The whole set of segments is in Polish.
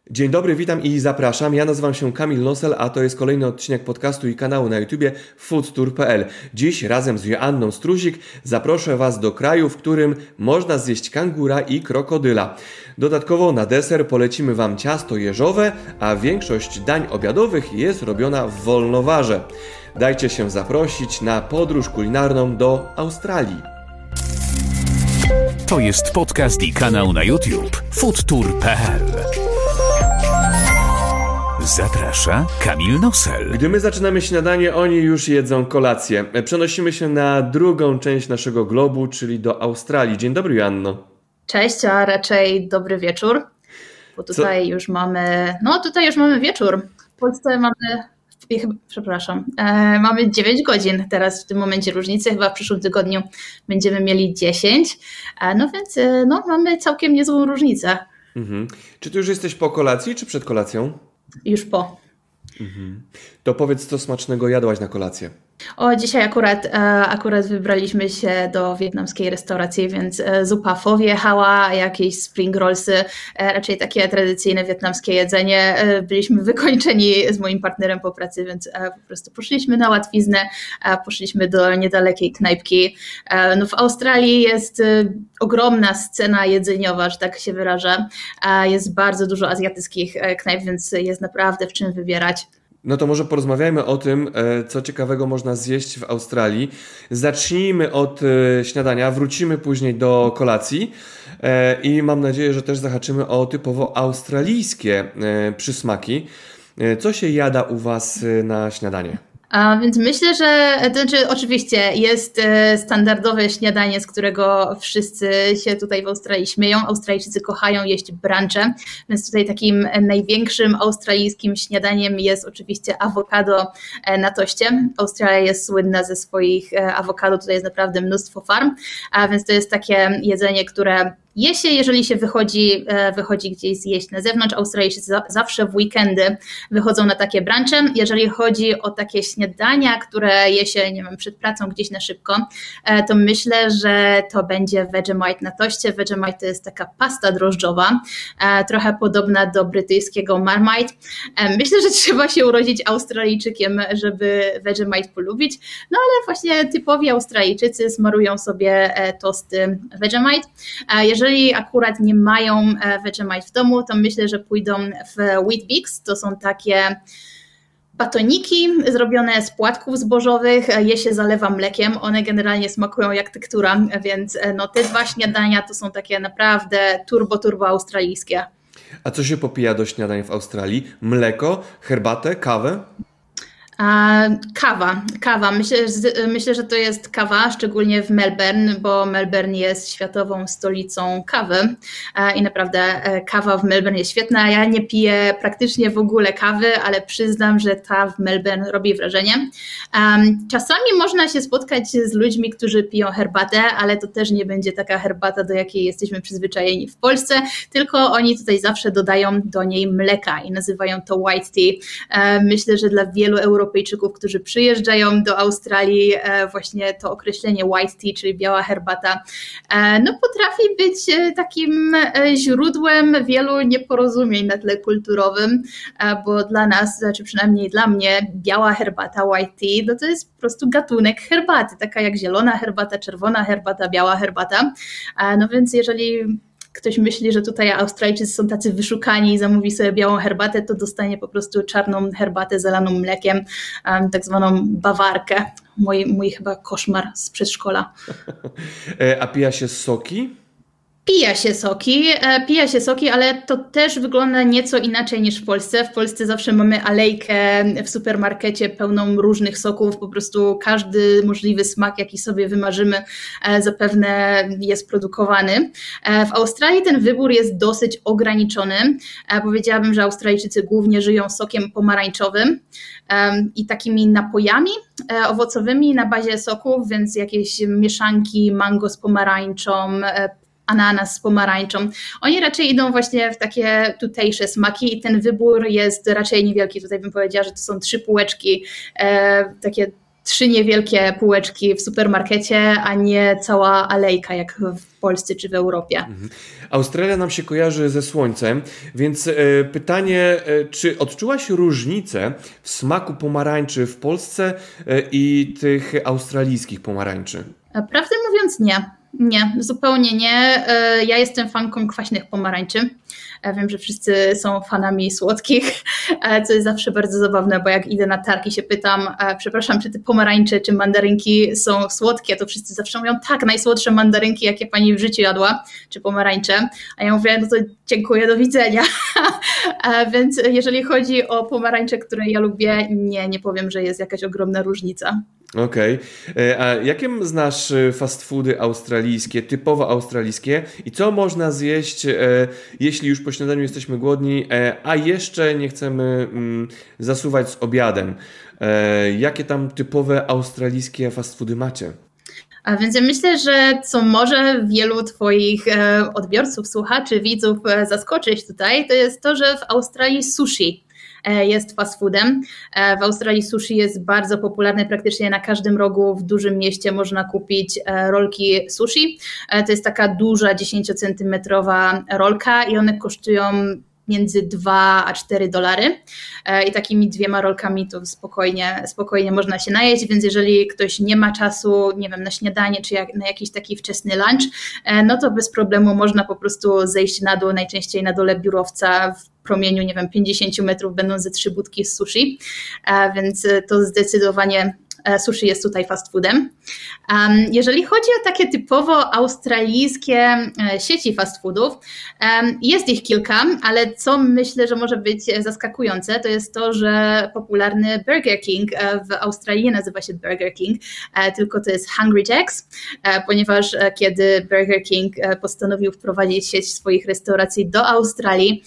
Dzień dobry, witam i zapraszam. Ja nazywam się Kamil Nosel, a to jest kolejny odcinek podcastu i kanału na YouTubie foodtour.pl. Dziś razem z Joanną Struzik zaproszę Was do kraju, w którym można zjeść kangura i krokodyla. Dodatkowo na deser polecimy Wam ciasto jeżowe, a większość dań obiadowych jest robiona w Wolnowarze. Dajcie się zaprosić na podróż kulinarną do Australii. To jest podcast i kanał na YouTube foodtour.pl. Zaprasza Kamil Nosel. Gdy my zaczynamy śniadanie, oni już jedzą kolację. Przenosimy się na drugą część naszego globu, czyli do Australii. Dzień dobry, Joanno. Cześć, a raczej dobry wieczór, bo tutaj już mamy wieczór. W Polsce mamy 9 godzin teraz w tym momencie różnicy, chyba w przyszłym tygodniu będziemy mieli 10, więc mamy całkiem niezłą różnicę. Mhm. Czy ty już jesteś po kolacji, czy przed kolacją? Już po. Mhm. To powiedz, co smacznego jadłaś na kolację. Dzisiaj akurat wybraliśmy się do wietnamskiej restauracji, więc zupa pho wjechała, jakieś spring rollsy, raczej takie tradycyjne wietnamskie jedzenie. Byliśmy wykończeni z moim partnerem po pracy, więc po prostu poszliśmy na łatwiznę, poszliśmy do niedalekiej knajpki. W Australii jest ogromna scena jedzeniowa, że tak się wyrażę. Jest bardzo dużo azjatyckich knajp, więc jest naprawdę w czym wybierać. No to może porozmawiajmy o tym, co ciekawego można zjeść w Australii. Zacznijmy od śniadania, wrócimy później do kolacji i mam nadzieję, że też zahaczymy o typowo australijskie przysmaki. Co się jada u Was na śniadanie? Więc myślę, że oczywiście jest standardowe śniadanie, z którego wszyscy się tutaj w Australii śmieją. Australijczycy kochają jeść brunche, więc tutaj takim największym australijskim śniadaniem jest oczywiście awokado na toście. Australia jest słynna ze swoich awokado, tutaj jest naprawdę mnóstwo farm, więc to jest takie jedzenie, które je się, jeżeli się wychodzi gdzieś zjeść na zewnątrz. Australijczycy zawsze w weekendy wychodzą na takie brunche. Jeżeli chodzi o takie śniadania, które je się, przed pracą gdzieś na szybko, to myślę, że to będzie Vegemite na toście. Vegemite to jest taka pasta drożdżowa, trochę podobna do brytyjskiego Marmite. Myślę, że trzeba się urodzić Australijczykiem, żeby Vegemite polubić, ale właśnie typowi Australijczycy smarują sobie tosty Vegemite. Jeżeli akurat nie mają Vegemite w domu, to myślę, że pójdą w Weet-Bix. To są takie batoniki zrobione z płatków zbożowych, je się zalewa mlekiem, one generalnie smakują jak tektura, więc te dwa śniadania to są takie naprawdę turbo australijskie. A co się popija do śniadań w Australii? Mleko, herbatę, kawę? Kawa. Myślę, że to jest kawa, szczególnie w Melbourne, bo Melbourne jest światową stolicą kawy i naprawdę kawa w Melbourne jest świetna. Ja nie piję praktycznie w ogóle kawy, ale przyznam, że ta w Melbourne robi wrażenie. Czasami można się spotkać z ludźmi, którzy piją herbatę, ale to też nie będzie taka herbata, do jakiej jesteśmy przyzwyczajeni w Polsce, tylko oni tutaj zawsze dodają do niej mleka i nazywają to white tea. Myślę, że dla wielu Europejczyków, którzy przyjeżdżają do Australii, właśnie to określenie white tea, czyli biała herbata, potrafi być takim źródłem wielu nieporozumień na tle kulturowym, bo dla nas, czy przynajmniej dla mnie, biała herbata, white tea, to jest po prostu gatunek herbaty, taka jak zielona herbata, czerwona herbata, biała herbata. Więc jeżeli ktoś myśli, że tutaj Australijczycy są tacy wyszukani i zamówi sobie białą herbatę, to dostanie po prostu czarną herbatę zalaną mlekiem, tak zwaną bawarkę. Mój chyba koszmar z przedszkola. A pija się soki? Pija się soki, ale to też wygląda nieco inaczej niż w Polsce. W Polsce zawsze mamy alejkę w supermarkecie pełną różnych soków, po prostu każdy możliwy smak, jaki sobie wymarzymy, zapewne jest produkowany. W Australii ten wybór jest dosyć ograniczony. Powiedziałabym, że Australijczycy głównie żyją sokiem pomarańczowym i takimi napojami owocowymi na bazie soków, więc jakieś mieszanki mango z pomarańczą, ananas z pomarańczą. Oni raczej idą właśnie w takie tutejsze smaki i ten wybór jest raczej niewielki. Tutaj bym powiedziała, że to są 3 półeczki, takie 3 niewielkie półeczki w supermarkecie, a nie cała alejka jak w Polsce czy w Europie. Australia nam się kojarzy ze słońcem, więc pytanie, czy odczułaś różnicę w smaku pomarańczy w Polsce i tych australijskich pomarańczy? Prawdę mówiąc nie. Nie, zupełnie nie. Ja jestem fanką kwaśnych pomarańczy. Wiem, że wszyscy są fanami słodkich, co jest zawsze bardzo zabawne, bo jak idę na targ i się pytam, przepraszam, czy te pomarańcze, czy mandarynki są słodkie, to wszyscy zawsze mówią, tak, najsłodsze mandarynki, jakie pani w życiu jadła, czy pomarańcze. A ja mówię, no to dziękuję, do widzenia. Więc jeżeli chodzi o pomarańcze, które ja lubię, nie powiem, że jest jakaś ogromna różnica. Okej. A jakie znasz fast foody australijskie, typowo australijskie i co można zjeść, jeśli już po śniadaniu jesteśmy głodni, a jeszcze nie chcemy zasuwać z obiadem? Jakie tam typowe australijskie fast foody macie? A więc ja myślę, że co może wielu Twoich odbiorców, słuchaczy, widzów zaskoczyć tutaj, to jest to, że w Australii sushi jest fast foodem. W Australii sushi jest bardzo popularne, praktycznie na każdym rogu w dużym mieście można kupić rolki sushi. To jest taka duża 10-centymetrowa rolka i one kosztują między 2 a 4 dolary i takimi 2 rolkami to spokojnie można się najeść, więc jeżeli ktoś nie ma czasu, nie wiem, na śniadanie czy na jakiś taki wczesny lunch, no to bez problemu można po prostu zejść na dół, najczęściej na dole biurowca w promieniu, nie wiem, 50 metrów będą ze 3 budki z sushi, więc to zdecydowanie sushi jest tutaj fast foodem. Jeżeli chodzi o takie typowo australijskie sieci fast foodów, jest ich kilka, ale co myślę, że może być zaskakujące, to jest to, że popularny Burger King w Australii nazywa się Burger King, tylko to jest Hungry Jack's, ponieważ kiedy Burger King postanowił wprowadzić sieć swoich restauracji do Australii,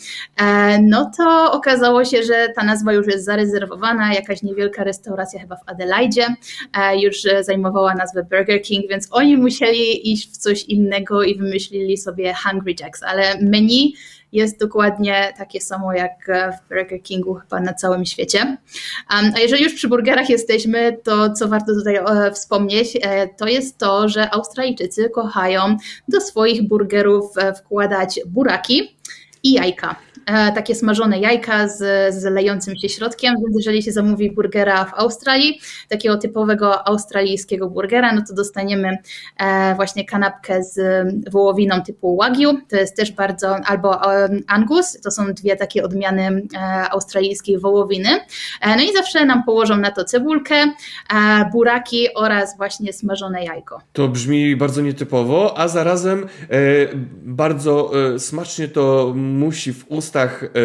no to okazało się, że ta nazwa już jest zarezerwowana, jakaś niewielka restauracja chyba w Adelaide już zajmowała nazwę Burger King, więc oni musieli iść w coś innego i wymyślili sobie Hungry Jack's, ale menu jest dokładnie takie samo jak w Burger Kingu chyba na całym świecie. A jeżeli już przy burgerach jesteśmy, to co warto tutaj wspomnieć, to jest to, że Australijczycy kochają do swoich burgerów wkładać buraki i jajka. Takie smażone jajka z lejącym się środkiem, więc jeżeli się zamówi burgera w Australii, takiego typowego australijskiego burgera, no to dostaniemy właśnie kanapkę z wołowiną typu Wagyu, to jest też bardzo, albo Angus, to są 2 takie odmiany australijskiej wołowiny. No i zawsze nam położą na to cebulkę, buraki oraz właśnie smażone jajko. To brzmi bardzo nietypowo, a zarazem bardzo smacznie to musi w ustach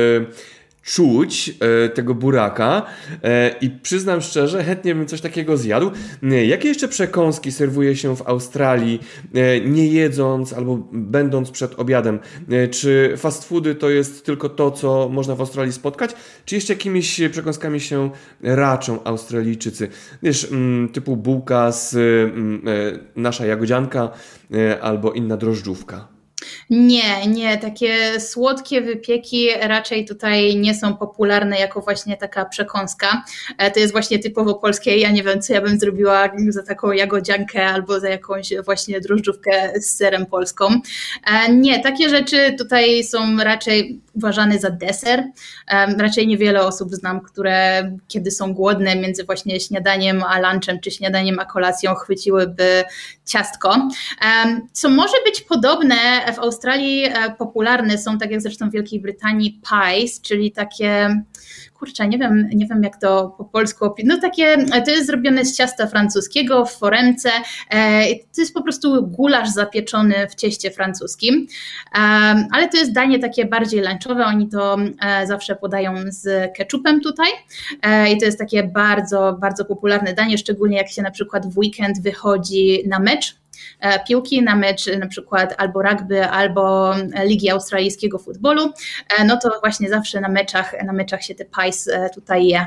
czuć tego buraka i przyznam szczerze, chętnie bym coś takiego zjadł. Jakie jeszcze przekąski serwuje się w Australii, nie jedząc albo będąc przed obiadem? Czy fast foody to jest tylko to, co można w Australii spotkać? Czy jeszcze jakimiś przekąskami się raczą Australijczycy? Wiesz, typu bułka z nasza jagodzianka albo inna drożdżówka. Nie, takie słodkie wypieki raczej tutaj nie są popularne jako właśnie taka przekąska. To jest właśnie typowo polskie, ja nie wiem, co ja bym zrobiła za taką jagodziankę albo za jakąś właśnie drożdżówkę z serem polską. Nie, takie rzeczy tutaj są raczej uważane za deser. Raczej niewiele osób znam, które kiedy są głodne między właśnie śniadaniem a lunchem, czy śniadaniem a kolacją chwyciłyby ciastko. Co może być podobne w Australii popularne są, tak jak zresztą w Wielkiej Brytanii, pies, czyli takie, kurczę, nie wiem jak to po polsku, no takie, to jest zrobione z ciasta francuskiego w foremce, to jest po prostu gulasz zapieczony w cieście francuskim, ale to jest danie takie bardziej lunchowe, oni to zawsze podają z ketchupem tutaj i to jest takie bardzo, bardzo popularne danie, szczególnie jak się na przykład w weekend wychodzi na mecz piłki, na mecz na przykład albo rugby, albo Ligi Australijskiego Futbolu, no to właśnie zawsze na meczach się te pies tutaj je.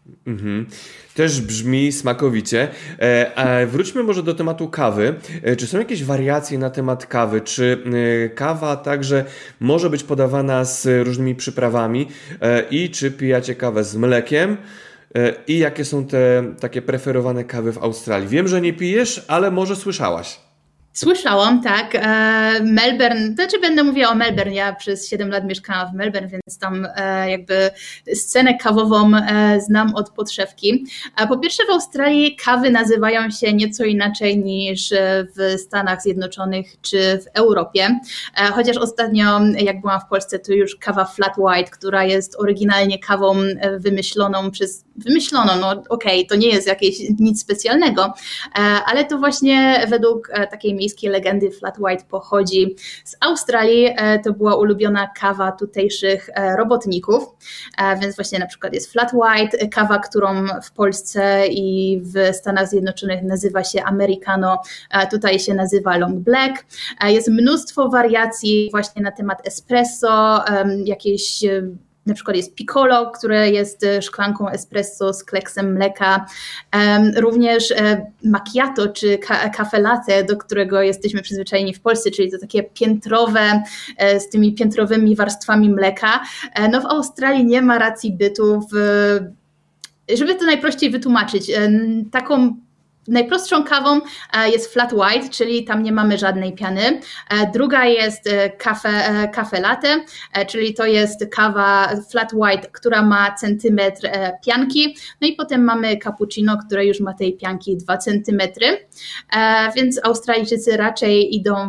Też brzmi smakowicie. Wróćmy może do tematu kawy. Czy są jakieś wariacje na temat kawy? Czy kawa także może być podawana z różnymi przyprawami? I czy pijacie kawę z mlekiem? i jakie są te takie preferowane kawy w Australii? Wiem, że nie pijesz, ale może słyszałaś. Słyszałam, tak. Melbourne, znaczy będę mówiła o Melbourne, ja przez 7 lat mieszkałam w Melbourne, więc tam jakby scenę kawową znam od podszewki. Po pierwsze w Australii kawy nazywają się nieco inaczej niż w Stanach Zjednoczonych czy w Europie, chociaż ostatnio jak byłam w Polsce to już kawa flat white, która jest oryginalnie kawą wymyśloną, no okej, to nie jest jakieś nic specjalnego, ale to właśnie według takiej miejskiej legendy flat white pochodzi z Australii. To była ulubiona kawa tutejszych robotników, więc właśnie na przykład jest flat white, kawa, którą w Polsce i w Stanach Zjednoczonych nazywa się americano, tutaj się nazywa long black. Jest mnóstwo wariacji właśnie na temat espresso, jakieś na przykład jest piccolo, które jest szklanką espresso z kleksem mleka. Również macchiato czy cafe latte, do którego jesteśmy przyzwyczajeni w Polsce, czyli to takie piętrowe, z tymi piętrowymi warstwami mleka. No w Australii nie ma racji bytu, żeby to najprościej wytłumaczyć. Taką najprostszą kawą jest flat white, czyli tam nie mamy żadnej piany. Druga jest cafe latte, czyli to jest kawa flat white, która ma centymetr pianki. No i potem mamy cappuccino, które już ma tej pianki 2 centymetry. Więc Australijczycy raczej idą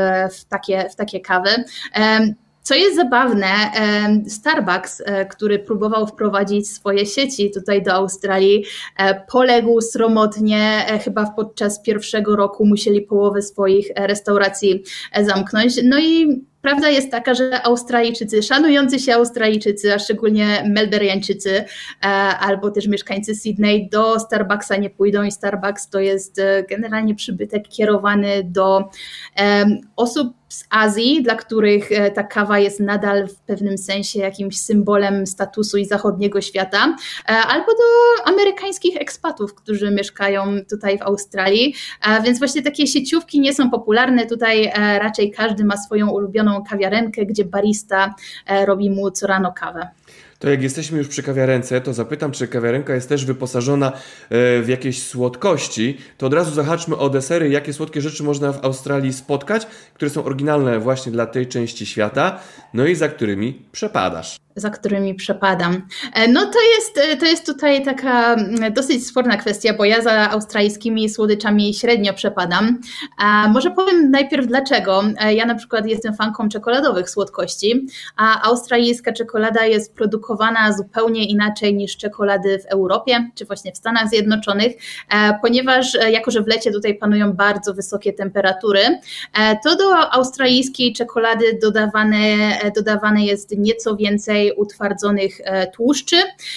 w takie kawy. Co jest zabawne, Starbucks, który próbował wprowadzić swoje sieci tutaj do Australii, poległ sromotnie, chyba podczas pierwszego roku musieli połowę swoich restauracji zamknąć. No i prawda jest taka, że Australijczycy, szanujący się Australijczycy, a szczególnie Melburniańczycy albo też mieszkańcy Sydney do Starbucksa nie pójdą i Starbucks to jest generalnie przybytek kierowany do osób z Azji, dla których ta kawa jest nadal w pewnym sensie jakimś symbolem statusu i zachodniego świata, albo do amerykańskich ekspatów, którzy mieszkają tutaj w Australii, więc właśnie takie sieciówki nie są popularne, tutaj raczej każdy ma swoją ulubioną kawiarenkę, gdzie barista robi mu co rano kawę. To jak jesteśmy już przy kawiarence, to zapytam, czy kawiarenka jest też wyposażona w jakieś słodkości. To od razu zahaczmy o desery, jakie słodkie rzeczy można w Australii spotkać, które są oryginalne właśnie dla tej części świata, no i za którymi przepadasz. Za którymi przepadam. No to jest tutaj taka dosyć sporna kwestia, bo ja za australijskimi słodyczami średnio przepadam. Może powiem najpierw dlaczego. Ja na przykład jestem fanką czekoladowych słodkości, a australijska czekolada jest produkowana zupełnie inaczej niż czekolady w Europie, czy właśnie w Stanach Zjednoczonych, ponieważ jako, że w lecie tutaj panują bardzo wysokie temperatury, to do australijskiej czekolady dodawane jest nieco więcej utwardzonych tłuszczy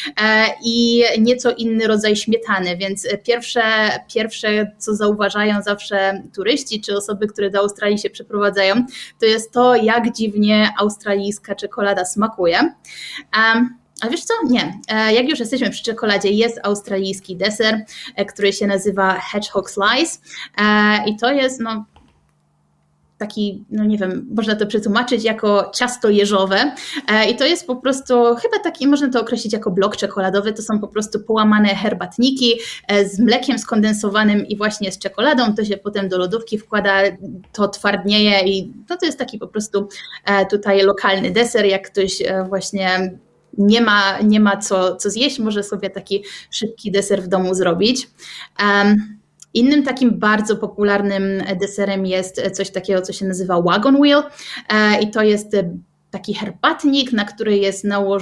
i nieco inny rodzaj śmietany, więc pierwsze co zauważają zawsze turyści czy osoby, które do Australii się przeprowadzają, to jest to, jak dziwnie australijska czekolada smakuje. A wiesz co? Nie. Jak już jesteśmy przy czekoladzie, jest australijski deser, który się nazywa Hedgehog Slice i to jest taki, nie wiem, można to przetłumaczyć jako ciasto jeżowe i to jest po prostu, chyba taki, można to określić jako blok czekoladowy, to są po prostu połamane herbatniki z mlekiem skondensowanym i właśnie z czekoladą, to się potem do lodówki wkłada, to twardnieje i to jest taki po prostu tutaj lokalny deser, jak ktoś właśnie nie ma co zjeść, może sobie taki szybki deser w domu zrobić. Innym takim bardzo popularnym deserem jest coś takiego, co się nazywa wagon wheel i to jest taki herbatnik, na który jest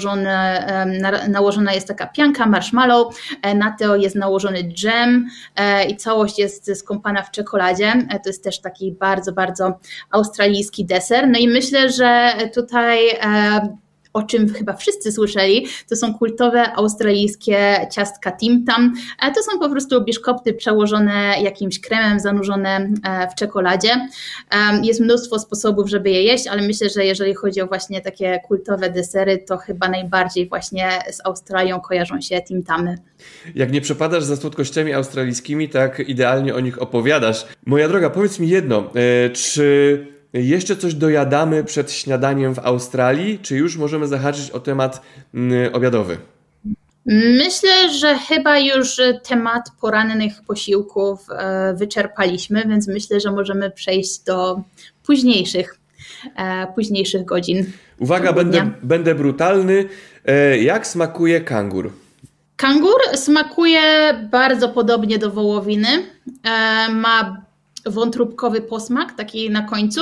nałożona jest taka pianka marshmallow, na to jest nałożony dżem i całość jest skąpana w czekoladzie. To jest też taki bardzo, bardzo australijski deser. No i myślę, że tutaj o czym chyba wszyscy słyszeli, to są kultowe australijskie ciastka Tim Tam. To są po prostu biszkopty przełożone jakimś kremem, zanurzone w czekoladzie. Jest mnóstwo sposobów, żeby je jeść, ale myślę, że jeżeli chodzi o właśnie takie kultowe desery, to chyba najbardziej właśnie z Australią kojarzą się Tim Tamy. Jak nie przepadasz za słodkościami australijskimi, tak idealnie o nich opowiadasz. Moja droga, powiedz mi jedno, czy jeszcze coś dojadamy przed śniadaniem w Australii, czy już możemy zahaczyć o temat obiadowy? Myślę, że chyba już temat porannych posiłków wyczerpaliśmy, więc myślę, że możemy przejść do późniejszych godzin. Uwaga, będę brutalny. Jak smakuje kangur? Kangur smakuje bardzo podobnie do wołowiny. Ma wątróbkowy posmak, taki na końcu.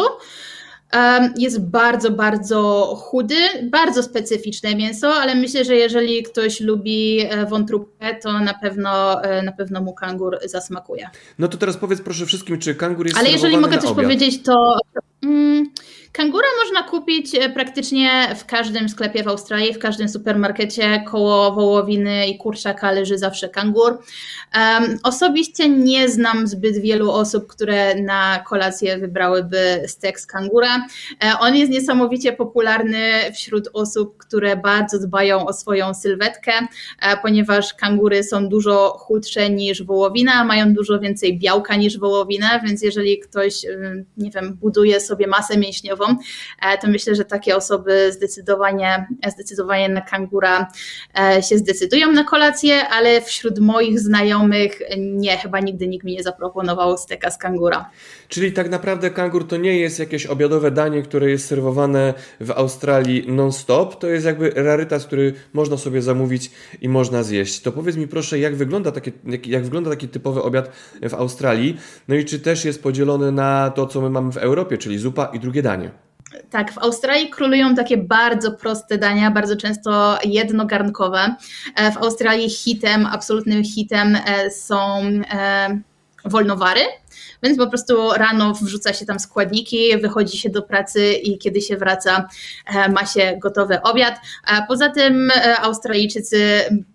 Jest bardzo, bardzo chudy, bardzo specyficzne mięso, ale myślę, że jeżeli ktoś lubi wątróbkę, to na pewno mu kangur zasmakuje. No to teraz powiedz proszę wszystkim, czy kangur jest ale jeżeli mogę na coś obiad? powiedzieć, to kangura można kupić praktycznie w każdym sklepie w Australii, w każdym supermarkecie. Koło wołowiny i kurczaka leży zawsze kangur. Osobiście nie znam zbyt wielu osób, które na kolację wybrałyby stek z kangura. On jest niesamowicie popularny wśród osób, które bardzo dbają o swoją sylwetkę, ponieważ kangury są dużo chudsze niż wołowina, mają dużo więcej białka niż wołowina, więc jeżeli ktoś, nie wiem, buduje sobie masę mięśniową, to myślę, że takie osoby zdecydowanie na kangura się zdecydują na kolację, ale wśród moich znajomych nie, chyba nigdy nikt mi nie zaproponował steka z kangura. Czyli tak naprawdę kangur to nie jest jakieś obiadowe danie, które jest serwowane w Australii non-stop, to jest jakby rarytas, który można sobie zamówić i można zjeść. To powiedz mi proszę, jak wygląda taki typowy obiad w Australii, no i czy też jest podzielony na to, co my mamy w Europie, czyli zupa i drugie danie? Tak, w Australii królują takie bardzo proste dania, bardzo często jednogarnkowe. W Australii absolutnym hitem są wolnowary, więc po prostu rano wrzuca się tam składniki, wychodzi się do pracy i kiedy się wraca, ma się gotowy obiad. Poza tym Australijczycy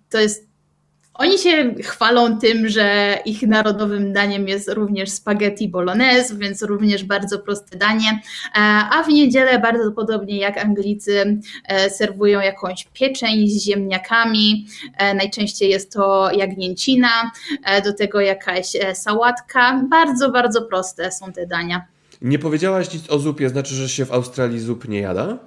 oni się chwalą tym, że ich narodowym daniem jest również spaghetti bolognese, więc również bardzo proste danie, a w niedzielę bardzo podobnie jak Anglicy serwują jakąś pieczeń z ziemniakami, najczęściej jest to jagnięcina, do tego jakaś sałatka, bardzo, bardzo proste są te dania. Nie powiedziałaś nic o zupie, znaczy, że się w Australii zup nie jada?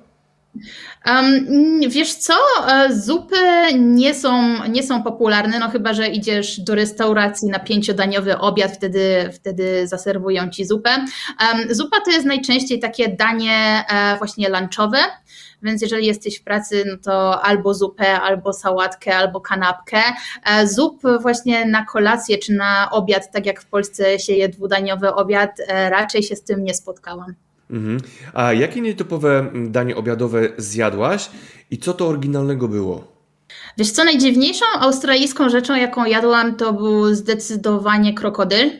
Wiesz co, zupy nie są popularne, no chyba że idziesz do restauracji na 5-daniowy obiad, wtedy zaserwują ci zupę. Zupa to jest najczęściej takie danie właśnie lunchowe, więc jeżeli jesteś w pracy, no to albo zupę, albo sałatkę, albo kanapkę. Zup właśnie na kolację czy na obiad, tak jak w Polsce się je 2-daniowy obiad, raczej się z tym nie spotkałam. A jakie nietypowe danie obiadowe zjadłaś i co to oryginalnego było? Wiesz co, najdziwniejszą australijską rzeczą, jaką jadłam, to był zdecydowanie krokodyl.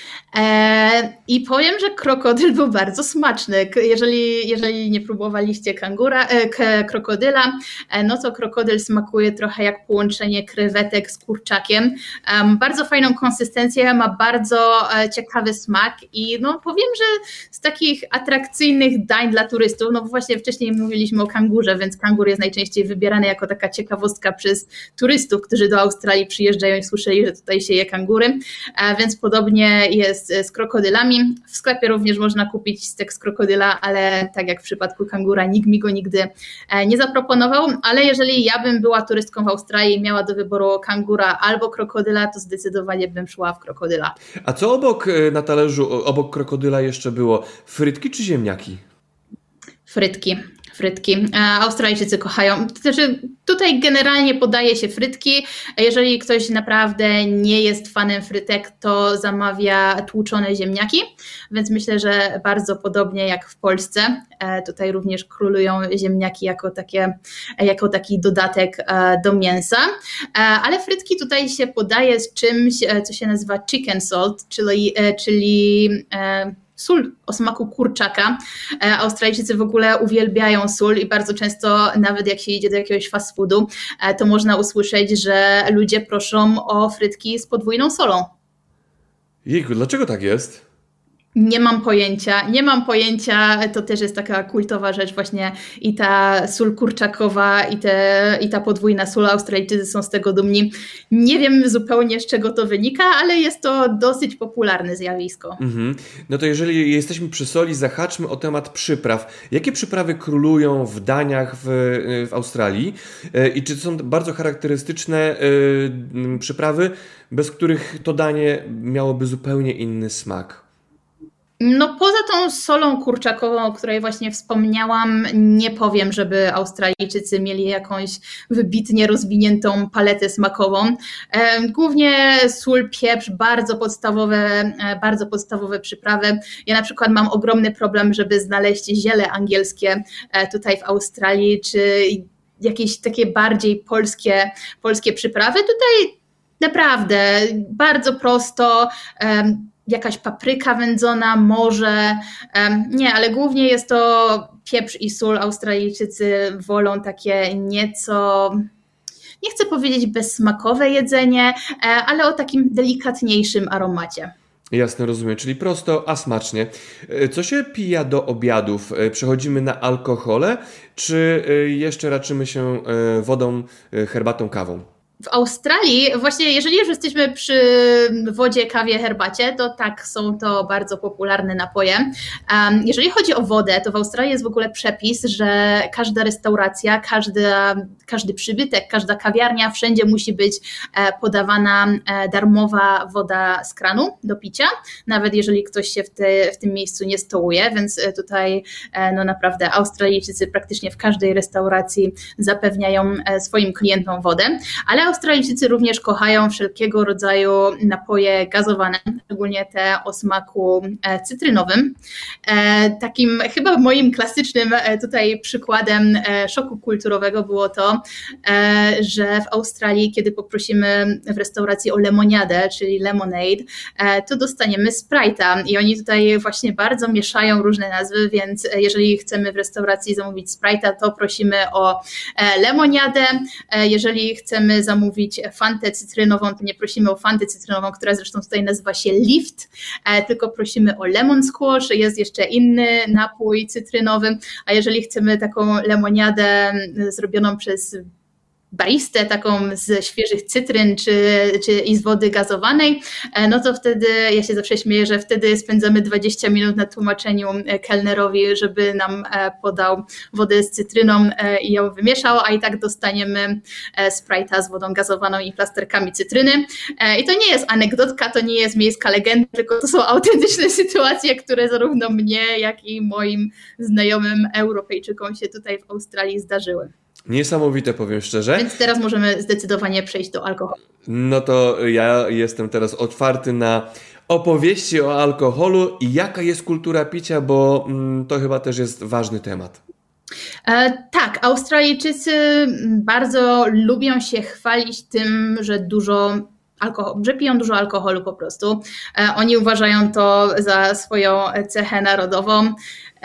I powiem, że krokodyl był bardzo smaczny. Jeżeli nie próbowaliście krokodyla, no to krokodyl smakuje trochę jak połączenie krewetek z kurczakiem. Bardzo fajną konsystencję, ma bardzo ciekawy smak i no powiem, że z takich atrakcyjnych dań dla turystów, no bo właśnie wcześniej mówiliśmy o kangurze, więc kangur jest najczęściej wybierany jako taka ciekawostka przez turystów, którzy do Australii przyjeżdżają i słyszeli, że tutaj się je kangury, więc podobnie jest z krokodylami. W sklepie również można kupić stek z krokodyla, ale tak jak w przypadku kangura, nikt mi go nigdy nie zaproponował, ale jeżeli ja bym była turystką w Australii i miała do wyboru kangura albo krokodyla, to zdecydowanie bym szła w krokodyla. A co na talerzu obok krokodyla jeszcze było? Frytki czy ziemniaki? Frytki. Australijczycy kochają. Znaczy, tutaj generalnie podaje się frytki. Jeżeli ktoś naprawdę nie jest fanem frytek, to zamawia tłuczone ziemniaki, więc myślę, że bardzo podobnie jak w Polsce. Tutaj również królują ziemniaki jako taki dodatek do mięsa. Ale frytki tutaj się podaje z czymś, co się nazywa chicken salt, czyli sól o smaku kurczaka. Australijczycy w ogóle uwielbiają sól i bardzo często, nawet jak się idzie do jakiegoś fast foodu, to można usłyszeć, że ludzie proszą o frytki z podwójną solą. Jejku, dlaczego tak jest? Nie mam pojęcia, to też jest taka kultowa rzecz właśnie i ta sól kurczakowa i ta podwójna sól, Australijczycy są z tego dumni. Nie wiem zupełnie z czego to wynika, ale jest to dosyć popularne zjawisko. No to jeżeli jesteśmy przy soli, zahaczmy o temat przypraw. Jakie przyprawy królują w daniach w Australii i czy są bardzo charakterystyczne przyprawy, bez których to danie miałoby zupełnie inny smak? No poza tą solą kurczakową, o której właśnie wspomniałam, nie powiem, żeby Australijczycy mieli jakąś wybitnie rozwiniętą paletę smakową. Głównie sól, pieprz, bardzo podstawowe przyprawy. Ja na przykład mam ogromny problem, żeby znaleźć ziele angielskie tutaj w Australii, czy jakieś takie bardziej polskie przyprawy. Tutaj naprawdę bardzo prosto. Jakaś papryka wędzona, może, nie, ale głównie jest to pieprz i sól. Australijczycy wolą takie nieco, nie chcę powiedzieć bezsmakowe jedzenie, ale o takim delikatniejszym aromacie. Jasne, rozumiem, czyli prosto, a smacznie. Co się pija do obiadów? Przechodzimy na alkohole, czy jeszcze raczymy się wodą, herbatą, kawą? W Australii, właśnie jeżeli już jesteśmy przy wodzie, kawie, herbacie, to tak, są to bardzo popularne napoje. Jeżeli chodzi o wodę, to w Australii jest w ogóle przepis, że każda restauracja, każdy przybytek, każda kawiarnia, wszędzie musi być podawana darmowa woda z kranu do picia, nawet jeżeli ktoś się w tym miejscu nie stołuje, więc tutaj no naprawdę Australijczycy praktycznie w każdej restauracji zapewniają swoim klientom wodę, ale Australijczycy również kochają wszelkiego rodzaju napoje gazowane, szczególnie te o smaku cytrynowym. Takim chyba moim klasycznym tutaj przykładem szoku kulturowego było to, że w Australii, kiedy poprosimy w restauracji o lemoniadę, czyli lemonade, to dostaniemy Sprite'a i oni tutaj właśnie bardzo mieszają różne nazwy, więc jeżeli chcemy w restauracji zamówić Sprite'a, to prosimy o lemoniadę. Jeżeli chcemy zamówić fantę cytrynową, to nie prosimy o fantę cytrynową, która zresztą tutaj nazywa się Lift, tylko prosimy o lemon squash. Jest jeszcze inny napój cytrynowy, a jeżeli chcemy taką lemoniadę zrobioną przez baristę, taką z świeżych cytryn i z wody gazowanej, no to wtedy, ja się zawsze śmieję, że wtedy spędzamy 20 minut na tłumaczeniu kelnerowi, żeby nam podał wodę z cytryną i ją wymieszał, a i tak dostaniemy Sprite'a z wodą gazowaną i plasterkami cytryny. I to nie jest anegdotka, to nie jest miejska legenda, tylko to są autentyczne sytuacje, które zarówno mnie, jak i moim znajomym Europejczykom się tutaj w Australii zdarzyły. Niesamowite, powiem szczerze. Więc teraz możemy zdecydowanie przejść do alkoholu. No to ja jestem teraz otwarty na opowieści o alkoholu i jaka jest kultura picia, bo to chyba też jest ważny temat. Tak, Australijczycy bardzo lubią się chwalić tym, że piją dużo alkoholu po prostu. Oni uważają to za swoją cechę narodową.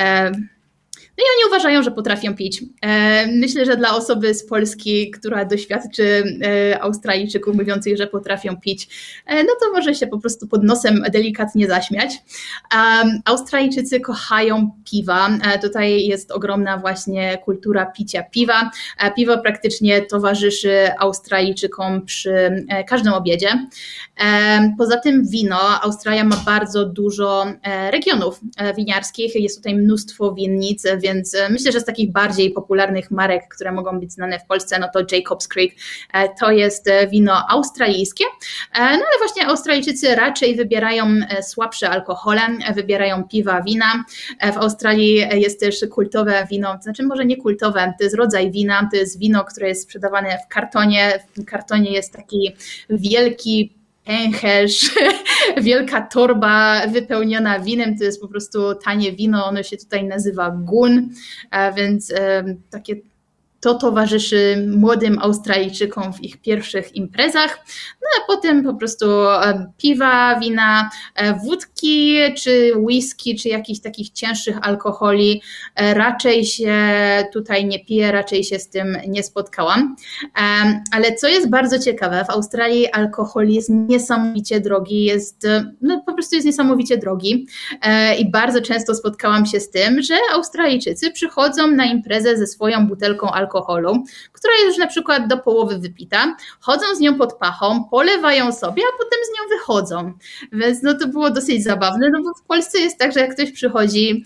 No i oni uważają, że potrafią pić. Myślę, że dla osoby z Polski, która doświadczy Australijczyków mówiących, że potrafią pić, no to może się po prostu pod nosem delikatnie zaśmiać. Australijczycy kochają piwa. Tutaj jest ogromna właśnie kultura picia piwa. Piwo praktycznie towarzyszy Australijczykom przy każdym obiedzie. Poza tym wino. Australia ma bardzo dużo regionów winiarskich. Jest tutaj mnóstwo winnic, więc myślę, że z takich bardziej popularnych marek, które mogą być znane w Polsce, no to Jacob's Creek to jest wino australijskie, no ale właśnie Australijczycy raczej wybierają słabsze alkohole, wybierają piwa, wina. W Australii jest też kultowe wino, to znaczy może nie kultowe, to jest rodzaj wina, to jest wino, które jest sprzedawane w kartonie. W kartonie jest taki wielki pęcherz, wielka torba wypełniona winem, to jest po prostu tanie wino, ono się tutaj nazywa gun, więc takie to towarzyszy młodym Australijczykom w ich pierwszych imprezach, no a potem po prostu piwa, wina, wódki, czy whisky, czy jakichś takich cięższych alkoholi raczej się tutaj nie pije, raczej się z tym nie spotkałam. Ale co jest bardzo ciekawe, w Australii alkohol jest niesamowicie drogi, po prostu jest niesamowicie drogi i bardzo często spotkałam się z tym, że Australijczycy przychodzą na imprezę ze swoją butelką alkoholu, która jest już na przykład do połowy wypita, chodzą z nią pod pachą, polewają sobie, a potem z nią wychodzą. Więc to było dosyć zabawne, bo w Polsce jest tak, że jak ktoś przychodzi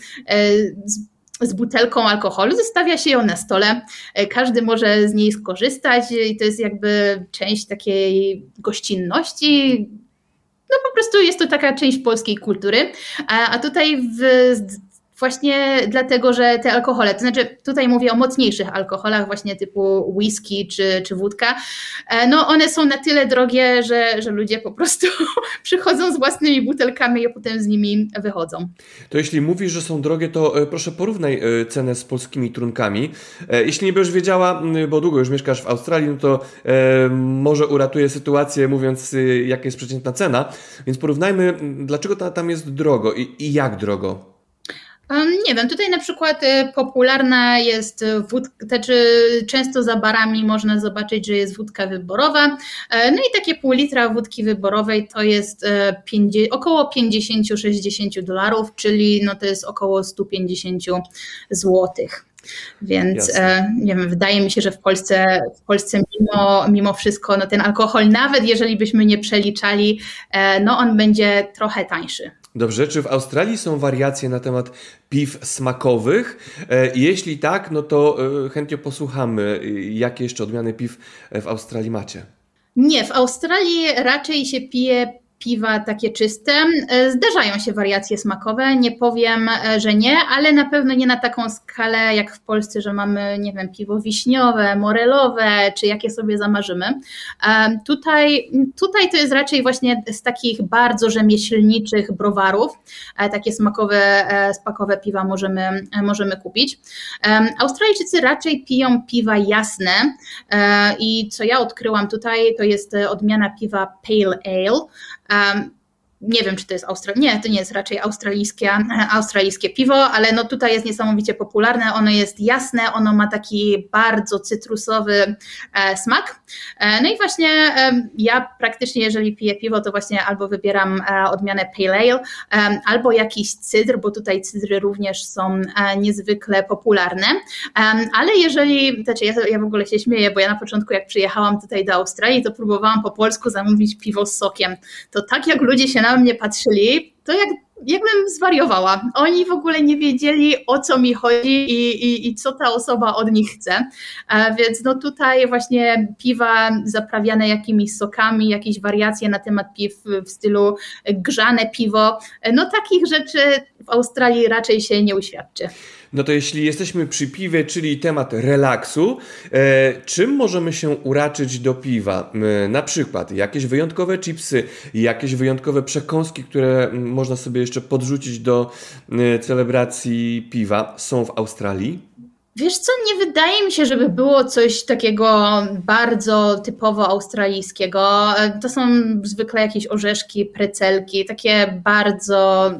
z butelką alkoholu, zostawia się ją na stole, każdy może z niej skorzystać i to jest jakby część takiej gościnności. Po prostu jest to taka część polskiej kultury, a tutaj właśnie dlatego, że te alkohole, to znaczy tutaj mówię o mocniejszych alkoholach właśnie typu whisky czy wódka, one są na tyle drogie, że ludzie po prostu przychodzą z własnymi butelkami i potem z nimi wychodzą. To jeśli mówisz, że są drogie, to proszę porównaj cenę z polskimi trunkami. Jeśli nie będziesz wiedziała, bo długo już mieszkasz w Australii, to może uratuje sytuację mówiąc, jaka jest przeciętna cena, więc porównajmy, dlaczego tam jest drogo i jak drogo. Nie wiem, tutaj na przykład popularna jest wódka, często za barami można zobaczyć, że jest wódka wyborowa. I takie pół litra wódki wyborowej to jest około $50-60, czyli to jest około 150 złotych. Więc nie wiem, wydaje mi się, że w Polsce mimo wszystko ten alkohol, nawet jeżeli byśmy nie przeliczali, on będzie trochę tańszy. Dobrze, czy w Australii są wariacje na temat piw smakowych? Jeśli tak, to chętnie posłuchamy, jakie jeszcze odmiany piw w Australii macie. Nie, w Australii raczej się pije piwa takie czyste. Zdarzają się wariacje smakowe, nie powiem, że nie, ale na pewno nie na taką skalę jak w Polsce, że mamy, nie wiem, piwo wiśniowe, morelowe, czy jakie sobie zamarzymy. Tutaj to jest raczej właśnie z takich bardzo rzemieślniczych browarów. Takie smakowe piwa możemy kupić. Australijczycy raczej piją piwa jasne i co ja odkryłam tutaj, to jest odmiana piwa Pale Ale. Nie wiem, czy to jest Nie, to nie jest raczej australijskie piwo, ale tutaj jest niesamowicie popularne. Ono jest jasne, ono ma taki bardzo cytrusowy smak. I właśnie ja praktycznie, jeżeli piję piwo, to właśnie albo wybieram odmianę Pale Ale, albo jakiś cydr, bo tutaj cydry również są niezwykle popularne. Ale jeżeli, ja w ogóle się śmieję, bo ja na początku jak przyjechałam tutaj do Australii, to próbowałam po polsku zamówić piwo z sokiem. To tak jak ludzie się na mnie patrzyli, to jakbym zwariowała. Oni w ogóle nie wiedzieli, o co mi chodzi i co ta osoba od nich chce. Więc tutaj właśnie piwa zaprawiane jakimiś sokami, jakieś wariacje na temat piw w stylu grzane piwo. Takich rzeczy w Australii raczej się nie uświadczy. To jeśli jesteśmy przy piwie, czyli temat relaksu, czym możemy się uraczyć do piwa? Na przykład jakieś wyjątkowe chipsy, jakieś wyjątkowe przekąski, które można sobie jeszcze podrzucić do celebracji piwa, są w Australii? Wiesz co, nie wydaje mi się, żeby było coś takiego bardzo typowo australijskiego. To są zwykle jakieś orzeszki, precelki, takie bardzo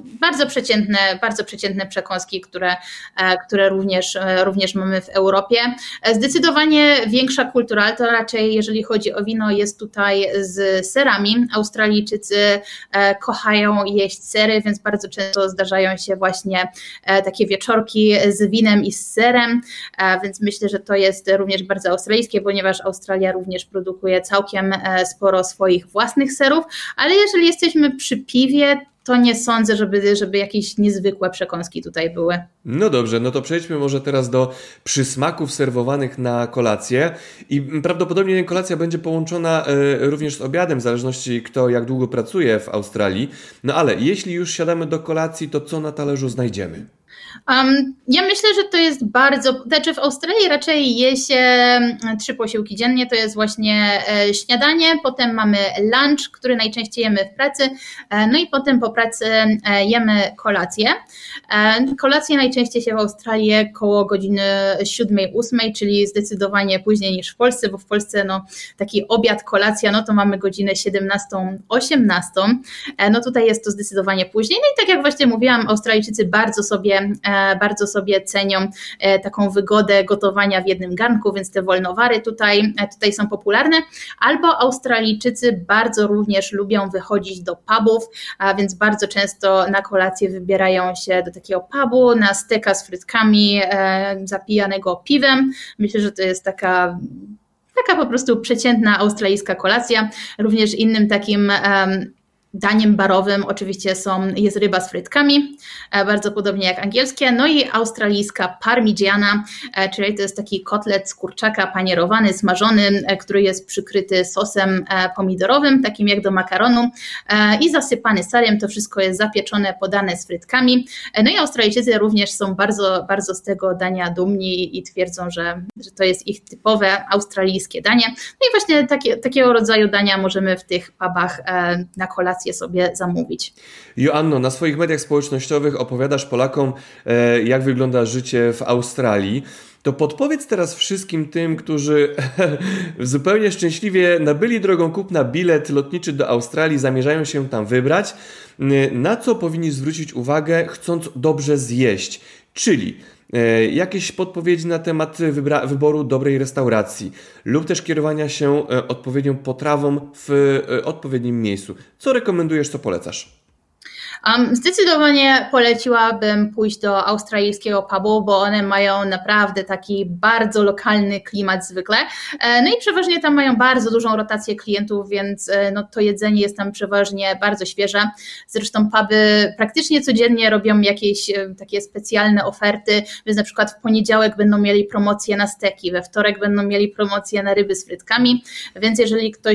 przeciętne przekąski, które również mamy w Europie. Zdecydowanie większa kultura, to raczej jeżeli chodzi o wino, jest tutaj z serami. Australijczycy kochają jeść sery, więc bardzo często zdarzają się właśnie takie wieczorki z winem i z serem. Więc myślę, że to jest również bardzo australijskie, ponieważ Australia również produkuje całkiem sporo swoich własnych serów, ale jeżeli jesteśmy przy piwie, to nie sądzę, żeby jakieś niezwykłe przekąski tutaj były. No dobrze, to przejdźmy może teraz do przysmaków serwowanych na kolację i prawdopodobnie kolacja będzie połączona również z obiadem, w zależności kto jak długo pracuje w Australii. Ale jeśli już siadamy do kolacji, to co na talerzu znajdziemy? Ja myślę, że to jest w Australii raczej je się 3 posiłki dziennie, to jest właśnie śniadanie, potem mamy lunch, który najczęściej jemy w pracy, no i potem po pracy jemy kolację. Kolację najczęściej się w Australii je koło godziny 7-8, czyli zdecydowanie później niż w Polsce, bo w Polsce taki obiad, kolacja, to mamy godzinę 17-18, tutaj jest to zdecydowanie później. No i tak jak właśnie mówiłam, Australijczycy bardzo sobie cenią taką wygodę gotowania w jednym garnku, więc te wolnowary tutaj są popularne. Albo Australijczycy bardzo również lubią wychodzić do pubów, a więc bardzo często na kolację wybierają się do takiego pubu, na steka z frytkami, zapijanego piwem. Myślę, że to jest taka po prostu przeciętna australijska kolacja. Również innym takim daniem barowym oczywiście jest ryba z frytkami, bardzo podobnie jak angielskie, no i australijska parmigiana, czyli to jest taki kotlet z kurczaka panierowany, smażony, który jest przykryty sosem pomidorowym, takim jak do makaronu i zasypany serem, to wszystko jest zapieczone, podane z frytkami. No i Australijczycy również są bardzo, bardzo z tego dania dumni i twierdzą, że to jest ich typowe australijskie danie. No i właśnie takiego rodzaju dania możemy w tych pubach na kolację sobie zamówić. Joanno, na swoich mediach społecznościowych opowiadasz Polakom, jak wygląda życie w Australii. To podpowiedz teraz wszystkim tym, którzy zupełnie szczęśliwie nabyli drogą kupna bilet lotniczy do Australii, zamierzają się tam wybrać, na co powinni zwrócić uwagę, chcąc dobrze zjeść. Czyli jakieś podpowiedzi na temat wyboru dobrej restauracji lub też kierowania się odpowiednią potrawą w odpowiednim miejscu. Co rekomendujesz, co polecasz? Zdecydowanie poleciłabym pójść do australijskiego pubu, bo one mają naprawdę taki bardzo lokalny klimat zwykle. No i przeważnie tam mają bardzo dużą rotację klientów, więc to jedzenie jest tam przeważnie bardzo świeże. Zresztą puby praktycznie codziennie robią jakieś takie specjalne oferty, więc na przykład w poniedziałek będą mieli promocję na steki, we wtorek będą mieli promocję na ryby z frytkami, więc jeżeli ktoś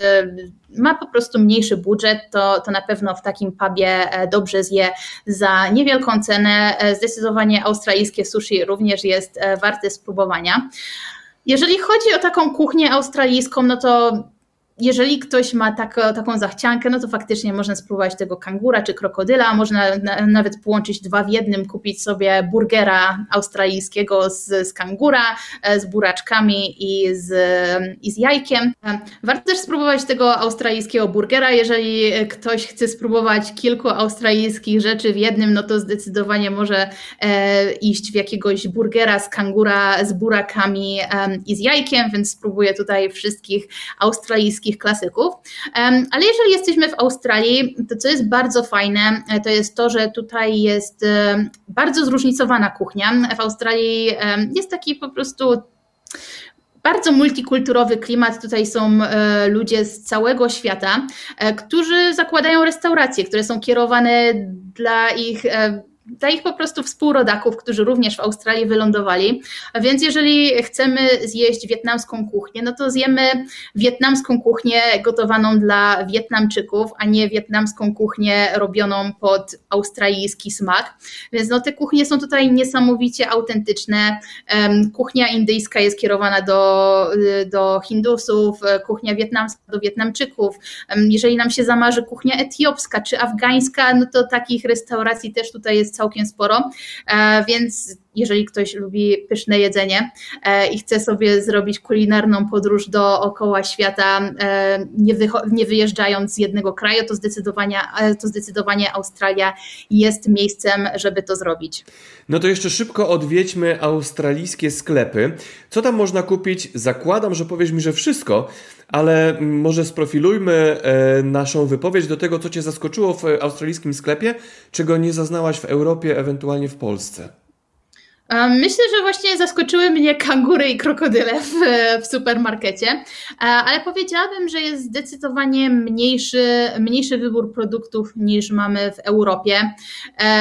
ma po prostu mniejszy budżet, to na pewno w takim pubie dobrze zje za niewielką cenę. Zdecydowanie australijskie sushi również jest warte spróbowania. Jeżeli chodzi o taką kuchnię australijską, to jeżeli ktoś ma taką zachciankę, to faktycznie można spróbować tego kangura czy krokodyla, można nawet połączyć 2 w 1, kupić sobie burgera australijskiego z kangura, z buraczkami i z jajkiem. Warto też spróbować tego australijskiego burgera, jeżeli ktoś chce spróbować kilku australijskich rzeczy w jednym, to zdecydowanie może iść w jakiegoś burgera z kangura, z burakami i z jajkiem, więc spróbuję tutaj wszystkich australijskich klasyków, ale jeżeli jesteśmy w Australii, to co jest bardzo fajne, to jest to, że tutaj jest bardzo zróżnicowana kuchnia. W Australii jest taki po prostu bardzo multikulturowy klimat. Tutaj są ludzie z całego świata, którzy zakładają restauracje, które są kierowane dla ich po prostu współrodaków, którzy również w Australii wylądowali. A więc jeżeli chcemy zjeść wietnamską kuchnię, to zjemy wietnamską kuchnię gotowaną dla Wietnamczyków, a nie wietnamską kuchnię robioną pod australijski smak. Więc te kuchnie są tutaj niesamowicie autentyczne. Kuchnia indyjska jest kierowana do Hindusów, kuchnia wietnamska do Wietnamczyków. Jeżeli nam się zamarzy kuchnia etiopska czy afgańska, to takich restauracji też tutaj jest całkiem sporo, więc jeżeli ktoś lubi pyszne jedzenie i chce sobie zrobić kulinarną podróż dookoła świata, nie wyjeżdżając z jednego kraju, to zdecydowanie Australia jest miejscem, żeby to zrobić. To jeszcze szybko odwiedźmy australijskie sklepy. Co tam można kupić? Zakładam, że powiesz mi, że wszystko, ale może sprofilujmy naszą wypowiedź do tego, co Cię zaskoczyło w australijskim sklepie, czego nie zaznałaś w Europie, ewentualnie w Polsce. Myślę, że właśnie zaskoczyły mnie kangury i krokodyle w supermarkecie, ale powiedziałabym, że jest zdecydowanie mniejszy wybór produktów niż mamy w Europie. W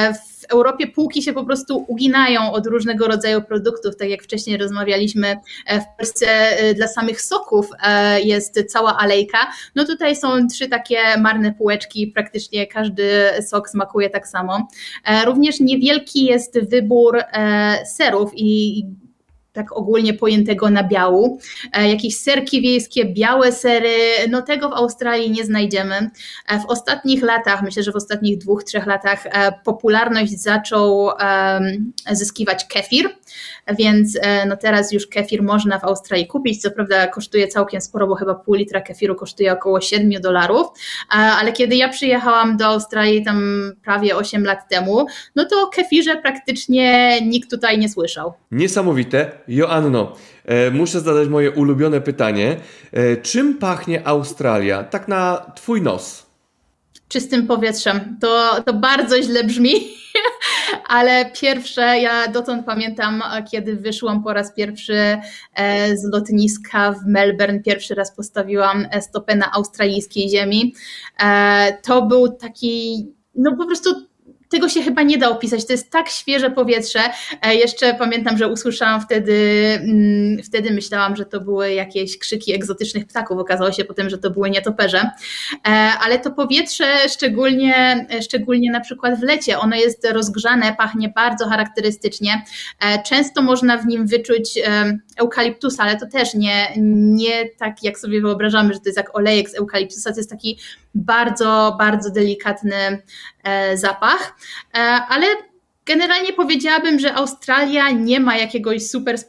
w Europie półki się po prostu uginają od różnego rodzaju produktów, tak jak wcześniej rozmawialiśmy, w Polsce dla samych soków jest cała alejka, no tutaj są 3 takie marne półeczki, praktycznie każdy sok smakuje tak samo. Również niewielki jest wybór serów i tak ogólnie pojętego nabiału. Jakieś serki wiejskie, białe sery, no tego w Australii nie znajdziemy. W ostatnich latach, myślę, że w ostatnich 2-3 latach popularność zaczął zyskiwać kefir, więc no teraz już kefir można w Australii kupić, co prawda kosztuje całkiem sporo, bo chyba pół litra kefiru kosztuje około $7, ale kiedy ja przyjechałam do Australii tam prawie 8 lat temu, no to o kefirze praktycznie nikt tutaj nie słyszał. Niesamowite. Joanno, muszę zadać moje ulubione pytanie. Czym pachnie Australia? Tak na twój nos. Czystym powietrzem. To bardzo źle brzmi, ale pierwsze, ja dotąd pamiętam, kiedy wyszłam po raz pierwszy z lotniska w Melbourne, pierwszy raz postawiłam stopę na australijskiej ziemi. To był taki, no po prostu tego się chyba nie da opisać, to jest tak świeże powietrze. Jeszcze pamiętam, że usłyszałam wtedy myślałam, że to były jakieś krzyki egzotycznych ptaków, okazało się potem, że to były nietoperze. Ale to powietrze, szczególnie na przykład w lecie, ono jest rozgrzane, pachnie bardzo charakterystycznie. Często można w nim wyczuć eukaliptusa, ale to też nie tak jak sobie wyobrażamy, że to jest jak olejek z eukaliptusa, to jest taki bardzo, bardzo delikatny zapach, ale generalnie powiedziałabym, że Australia nie ma jakiegoś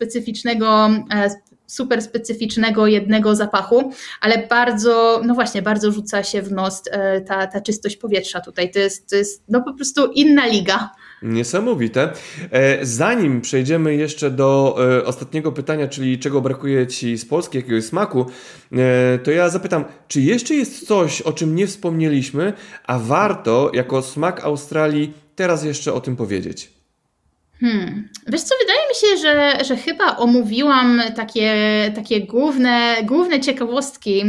super specyficznego jednego zapachu, ale bardzo, no właśnie, bardzo rzuca się w nos ta czystość powietrza tutaj. To jest no po prostu inna liga. Niesamowite. Zanim przejdziemy jeszcze do ostatniego pytania, czyli czego brakuje Ci z Polski, jakiegoś smaku, to ja zapytam, czy jeszcze jest coś, o czym nie wspomnieliśmy, a warto jako smak Australii teraz jeszcze o tym powiedzieć? Wiesz co, wydaje mi się, że chyba omówiłam takie główne ciekawostki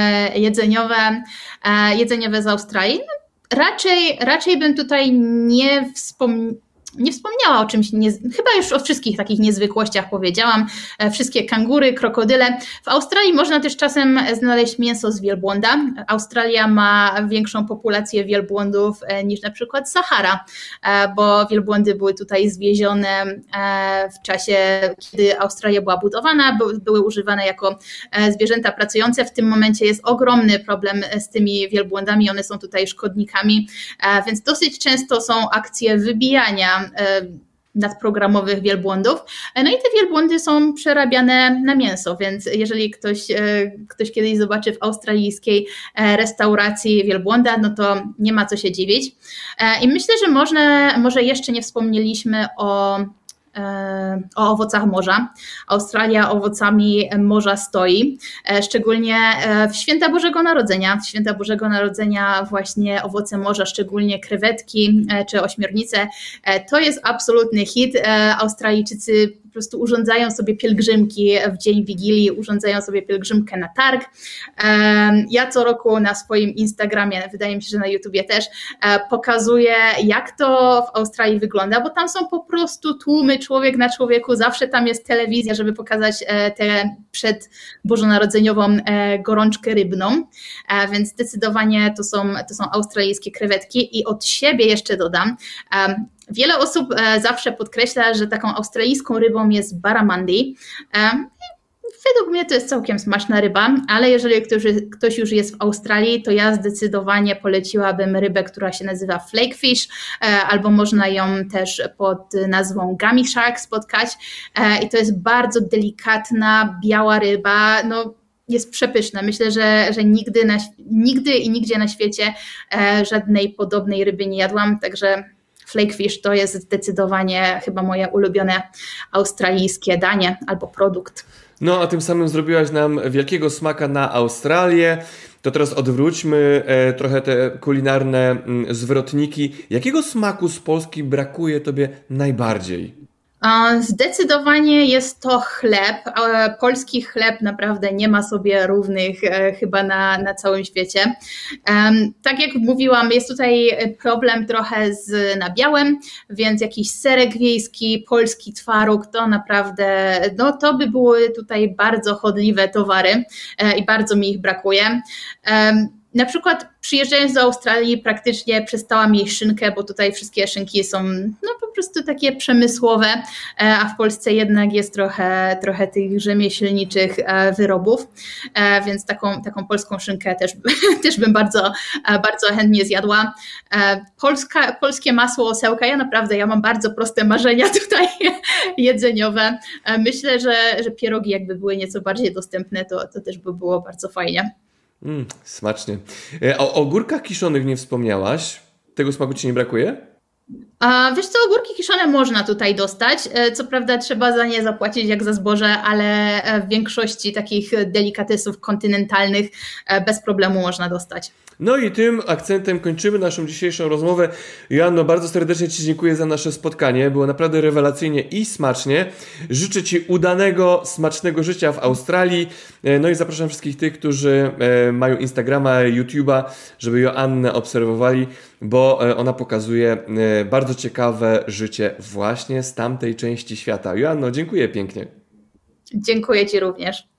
jedzeniowe z Australii. Raczej bym tutaj nie wspomniała o czymś, chyba już o wszystkich takich niezwykłościach powiedziałam, wszystkie kangury, krokodyle. W Australii można też czasem znaleźć mięso z wielbłąda. Australia ma większą populację wielbłądów niż na przykład Sahara, bo wielbłądy były tutaj zwiezione w czasie, kiedy Australia była budowana, były używane jako zwierzęta pracujące. W tym momencie jest ogromny problem z tymi wielbłądami, one są tutaj szkodnikami, więc dosyć często są akcje wybijania nadprogramowych wielbłądów. No i te wielbłądy są przerabiane na mięso, więc jeżeli ktoś kiedyś zobaczy w australijskiej restauracji wielbłąda, no to nie ma co się dziwić. I myślę, że może jeszcze nie wspomnieliśmy o owocach morza. Australia owocami morza stoi, szczególnie w święta Bożego Narodzenia. W święta Bożego Narodzenia właśnie owoce morza, szczególnie krewetki czy ośmiornice, to jest absolutny hit. Australijczycy po prostu urządzają sobie pielgrzymki w dzień Wigilii, urządzają sobie pielgrzymkę na targ. Ja co roku na swoim Instagramie, wydaje mi się, że na YouTubie też, pokazuję, jak to w Australii wygląda, bo tam są po prostu tłumy, człowiek na człowieku, zawsze tam jest telewizja, żeby pokazać tę przedbożonarodzeniową gorączkę rybną, więc zdecydowanie to są australijskie krewetki i od siebie jeszcze dodam, wiele osób zawsze podkreśla, że taką australijską rybą jest barramundi. Według mnie to jest całkiem smaczna ryba, ale jeżeli ktoś już jest w Australii, to ja zdecydowanie poleciłabym rybę, która się nazywa flakefish, albo można ją też pod nazwą gummy shark spotkać. I to jest bardzo delikatna, biała ryba, no jest przepyszna. Myślę, że nigdy i nigdzie na świecie żadnej podobnej ryby nie jadłam, także flakefish to jest zdecydowanie chyba moje ulubione australijskie danie albo produkt. No, a tym samym zrobiłaś nam wielkiego smaka na Australię. To teraz odwróćmy trochę te kulinarne zwrotniki. Jakiego smaku z Polski brakuje Tobie najbardziej? Zdecydowanie jest to chleb. Polski chleb naprawdę nie ma sobie równych chyba na całym świecie. Tak jak mówiłam, jest tutaj problem trochę z nabiałem, więc jakiś serek wiejski, polski twaróg, to naprawdę, no to by były tutaj bardzo chodliwe towary i bardzo mi ich brakuje. Na przykład przyjeżdżając do Australii praktycznie przestałam jeść szynkę, bo tutaj wszystkie szynki są no po prostu takie przemysłowe, a w Polsce jednak jest trochę tych rzemieślniczych wyrobów, więc taką polską szynkę też bym bardzo chętnie zjadła. Polskie masło osełka, ja mam bardzo proste marzenia tutaj jedzeniowe. Myślę, że pierogi jakby były nieco bardziej dostępne, to też by było bardzo fajnie. Smacznie. O ogórkach kiszonych nie wspomniałaś. Tego smaku ci nie brakuje? Wiesz co, ogórki kiszone można tutaj dostać. Co prawda trzeba za nie zapłacić jak za zboże, ale w większości takich delikatesów kontynentalnych bez problemu można dostać. No i tym akcentem kończymy naszą dzisiejszą rozmowę. Joanno, bardzo serdecznie Ci dziękuję za nasze spotkanie. Było naprawdę rewelacyjnie i smacznie. Życzę Ci udanego, smacznego życia w Australii. No i zapraszam wszystkich tych, którzy mają Instagrama, YouTube'a, żeby Joannę obserwowali, bo ona pokazuje bardzo ciekawe życie właśnie z tamtej części świata. Joanno, dziękuję pięknie. Dziękuję Ci również.